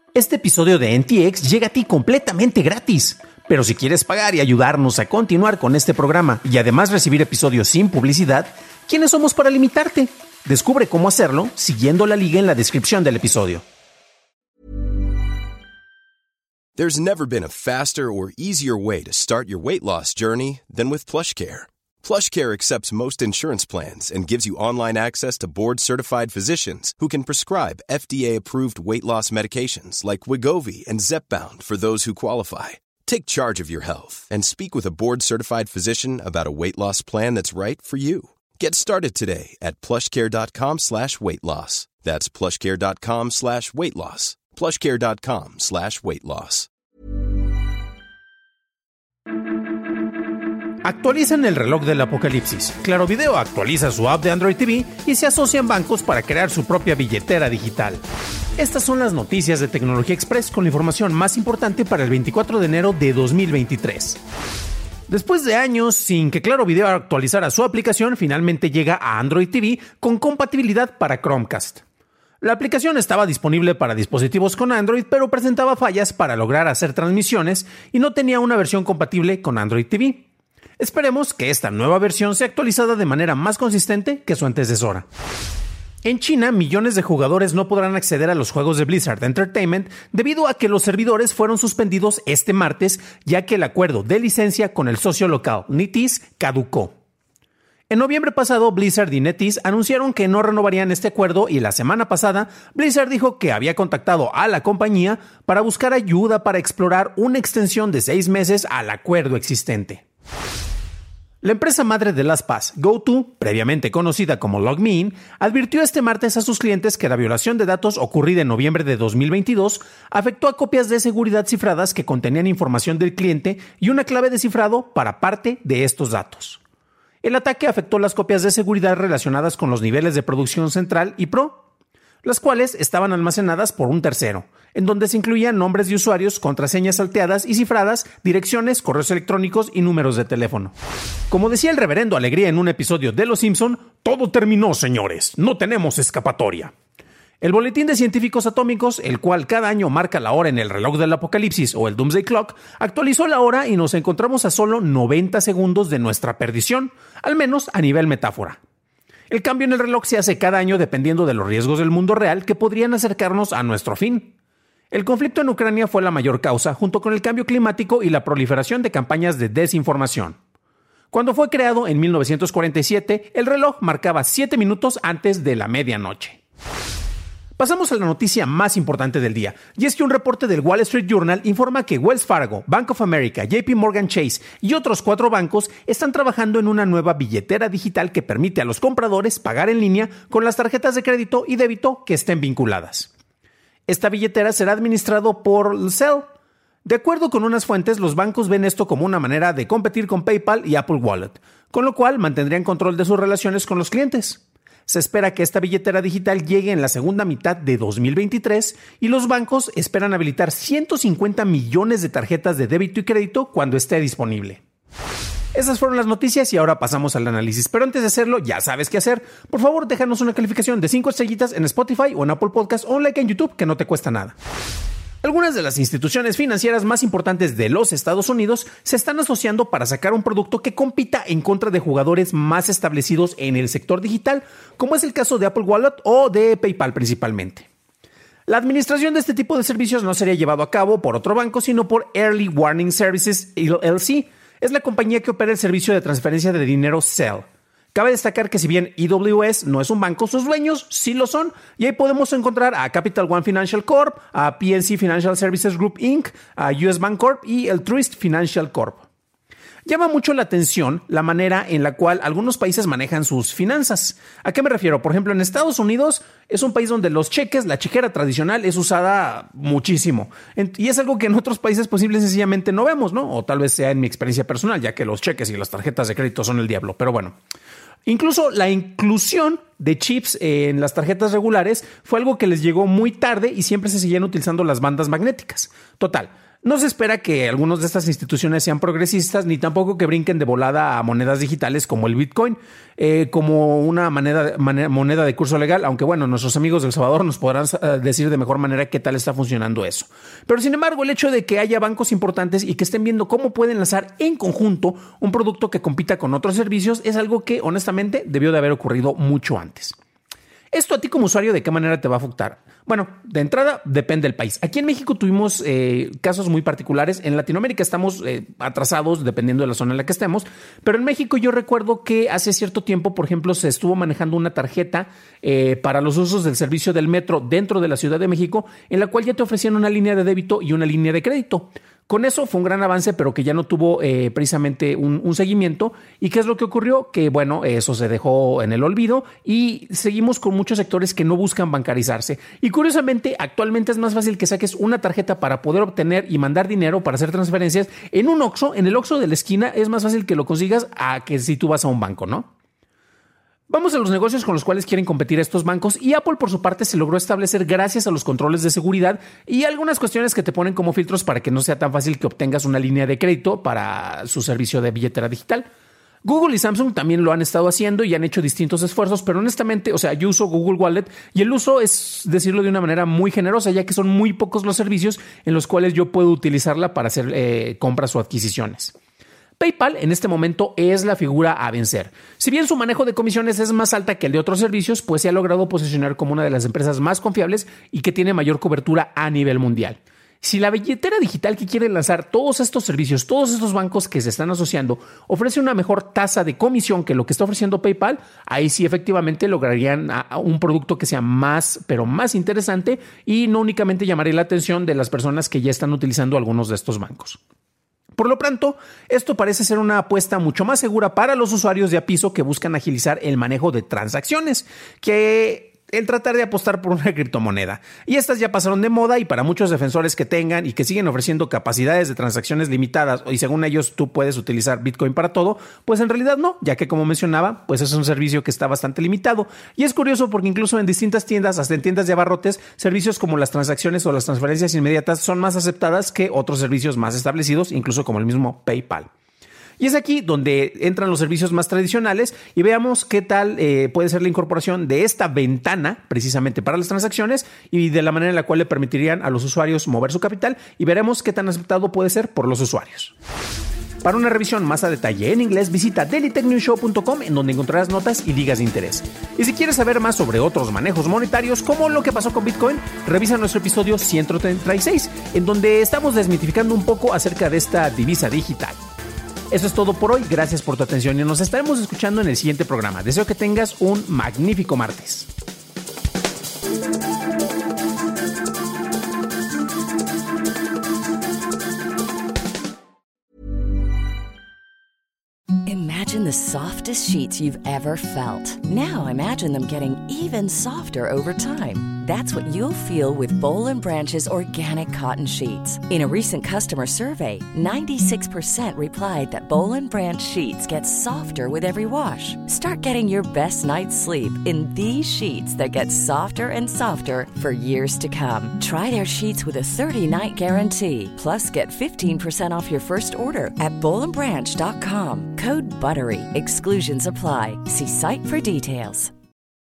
Este episodio de NTX llega a ti completamente gratis. Pero si quieres pagar y ayudarnos a continuar con este programa y además recibir episodios sin publicidad, ¿quiénes somos para limitarte? Descubre cómo hacerlo siguiendo la liga en la descripción del episodio. There's never been a faster or easier way to start your weight loss journey than with PlushCare. PlushCare accepts most insurance plans and gives you online access to board-certified physicians who can prescribe FDA-approved weight loss medications like Wegovy and Zepbound for those who qualify. Take charge of your health and speak with a board-certified physician about a weight loss plan that's right for you. Get started today at plushcare.com/weight loss. That's plushcare.com/weight loss. plushcare.com/weight loss. Actualizan el reloj del apocalipsis. Claro Video actualiza su app de Android TV y se asocian bancos para crear su propia billetera digital. Estas son las noticias de Tecnología Express con la información más importante para el 24 de enero de 2023. Después de años sin que Claro Video actualizara su aplicación, finalmente llega a Android TV con compatibilidad para Chromecast. La aplicación estaba disponible para dispositivos con Android, pero presentaba fallas para lograr hacer transmisiones y no tenía una versión compatible con Android TV. Esperemos que esta nueva versión sea actualizada de manera más consistente que su antecesora. En China, millones de jugadores no podrán acceder a los juegos de Blizzard Entertainment debido a que los servidores fueron suspendidos este martes, ya que el acuerdo de licencia con el socio local NetEase caducó. En noviembre pasado, Blizzard y NetEase anunciaron que no renovarían este acuerdo y la semana pasada, Blizzard dijo que había contactado a la compañía para buscar ayuda para explorar una extensión de 6 meses al acuerdo existente. La empresa madre de las PAS, GoTo, previamente conocida como LogMeIn, advirtió este martes a sus clientes que la violación de datos ocurrida en noviembre de 2022 afectó a copias de seguridad cifradas que contenían información del cliente y una clave de cifrado para parte de estos datos. El ataque afectó las copias de seguridad relacionadas con los niveles de producción central y Pro, las cuales estaban almacenadas por un tercero, en donde se incluían nombres de usuarios, contraseñas salteadas y cifradas, direcciones, correos electrónicos y números de teléfono. Como decía el reverendo Alegría en un episodio de Los Simpson, todo terminó, señores, no tenemos escapatoria. El Boletín de Científicos Atómicos, el cual cada año marca la hora en el reloj del apocalipsis o el Doomsday Clock, actualizó la hora y nos encontramos a solo 90 segundos de nuestra perdición, al menos a nivel metáfora. El cambio en el reloj se hace cada año dependiendo de los riesgos del mundo real que podrían acercarnos a nuestro fin. El conflicto en Ucrania fue la mayor causa, junto con el cambio climático y la proliferación de campañas de desinformación. Cuando fue creado en 1947, el reloj marcaba 7 minutos antes de la medianoche. Pasamos a la noticia más importante del día, y es que un reporte del Wall Street Journal informa que Wells Fargo, Bank of America, JP Morgan Chase y otros 4 bancos están trabajando en una nueva billetera digital que permite a los compradores pagar en línea con las tarjetas de crédito y débito que estén vinculadas. Esta billetera será administrado por Zelle. De acuerdo con unas fuentes, los bancos ven esto como una manera de competir con PayPal y Apple Wallet, con lo cual mantendrían control de sus relaciones con los clientes. Se espera que esta billetera digital llegue en la segunda mitad de 2023 y los bancos esperan habilitar 150 millones de tarjetas de débito y crédito cuando esté disponible. Esas fueron las noticias y ahora pasamos al análisis. Pero antes de hacerlo, ya sabes qué hacer. Por favor, déjanos una calificación de 5 estrellitas en Spotify o en Apple Podcast o un like en YouTube que no te cuesta nada. Algunas de las instituciones financieras más importantes de los Estados Unidos se están asociando para sacar un producto que compita en contra de jugadores más establecidos en el sector digital, como es el caso de Apple Wallet o de PayPal principalmente. La administración de este tipo de servicios no sería llevado a cabo por otro banco, sino por Early Warning Services LLC. Es la compañía que opera el servicio de transferencia de dinero Zelle. Cabe destacar que si bien EWS no es un banco, sus dueños sí lo son, y ahí podemos encontrar a Capital One Financial Corp, a PNC Financial Services Group Inc., a US Bank Corp y el Truist Financial Corp. Llama mucho la atención la manera en la cual algunos países manejan sus finanzas. ¿A qué me refiero? Por ejemplo, en Estados Unidos es un país donde los cheques, la chequera tradicional es usada muchísimo. Y es algo que en otros países posibles sencillamente no vemos, ¿no? O tal vez sea en mi experiencia personal, ya que los cheques y las tarjetas de crédito son el diablo. Pero bueno. Incluso la inclusión de chips en las tarjetas regulares fue algo que les llegó muy tarde y siempre se seguían utilizando las bandas magnéticas. Total, No se espera que algunas de estas instituciones sean progresistas, ni tampoco que brinquen de volada a monedas digitales como el Bitcoin, como una moneda de curso legal, aunque bueno, nuestros amigos de El Salvador nos podrán decir de mejor manera qué tal está funcionando eso. Pero sin embargo, el hecho de que haya bancos importantes y que estén viendo cómo pueden lanzar en conjunto un producto que compita con otros servicios es algo que honestamente debió de haber ocurrido mucho antes. ¿Esto a ti como usuario de qué manera te va a afectar? Bueno, de entrada depende del país. Aquí en México tuvimos casos muy particulares. En Latinoamérica estamos atrasados dependiendo de la zona en la que estemos. Pero en México yo recuerdo que hace cierto tiempo, por ejemplo, se estuvo manejando una tarjeta para los usos del servicio del metro dentro de la Ciudad de México, en la cual ya te ofrecían una línea de débito y una línea de crédito. Con eso fue un gran avance, pero que ya no tuvo precisamente un seguimiento. ¿Y qué es lo que ocurrió? Que bueno, eso se dejó en el olvido y seguimos con muchos sectores que no buscan bancarizarse. Y curiosamente, actualmente es más fácil que saques una tarjeta para poder obtener y mandar dinero para hacer transferencias en un Oxxo, en el Oxxo de la esquina, es más fácil que lo consigas a que si tú vas a un banco, ¿no? Vamos a los negocios con los cuales quieren competir estos bancos y Apple por su parte se logró establecer gracias a los controles de seguridad y algunas cuestiones que te ponen como filtros para que no sea tan fácil que obtengas una línea de crédito para su servicio de billetera digital. Google y Samsung también lo han estado haciendo y han hecho distintos esfuerzos, pero honestamente, yo uso Google Wallet y el uso es decirlo de una manera muy generosa, ya que son muy pocos los servicios en los cuales yo puedo utilizarla para hacer compras o adquisiciones. PayPal en este momento es la figura a vencer. Si bien su manejo de comisiones es más alta que el de otros servicios, pues se ha logrado posicionar como una de las empresas más confiables y que tiene mayor cobertura a nivel mundial. Si la billetera digital que quiere lanzar todos estos servicios, todos estos bancos que se están asociando, ofrece una mejor tasa de comisión que lo que está ofreciendo PayPal, ahí sí efectivamente lograrían un producto que sea más, pero más interesante y no únicamente llamaría la atención de las personas que ya están utilizando algunos de estos bancos. Por lo pronto, esto parece ser una apuesta mucho más segura para los usuarios de a piso que buscan agilizar el manejo de transacciones, que el tratar de apostar por una criptomoneda. Y estas ya pasaron de moda y para muchos defensores que tengan y que siguen ofreciendo capacidades de transacciones limitadas y según ellos tú puedes utilizar Bitcoin para todo, pues en realidad no, ya que como mencionaba, pues es un servicio que está bastante limitado. Y es curioso porque incluso en distintas tiendas, hasta en tiendas de abarrotes, servicios como las transacciones o las transferencias inmediatas son más aceptadas que otros servicios más establecidos, incluso como el mismo PayPal. Y es aquí donde entran los servicios más tradicionales y veamos qué tal puede ser la incorporación de esta ventana precisamente para las transacciones y de la manera en la cual le permitirían a los usuarios mover su capital y veremos qué tan aceptado puede ser por los usuarios. Para una revisión más a detalle en inglés, visita dailytechnewsshow.com en donde encontrarás notas y ligas de interés. Y si quieres saber más sobre otros manejos monetarios como lo que pasó con Bitcoin, revisa nuestro episodio 136 en donde estamos desmitificando un poco acerca de esta divisa digital. Eso es todo por hoy, gracias por tu atención y nos estaremos escuchando en el siguiente programa. Deseo que tengas un magnífico martes. Imagine the softest sheets you've ever felt. Now imagine them getting even softer over time. That's what you'll feel with Boll & Branch's organic cotton sheets. In a recent customer survey, 96% replied that Boll & Branch sheets get softer with every wash. Start getting your best night's sleep in these sheets that get softer and softer for years to come. Try their sheets with a 30-night guarantee. Plus, get 15% off your first order at bollandbranch.com. Code BUTTERY. Exclusions apply. See site for details.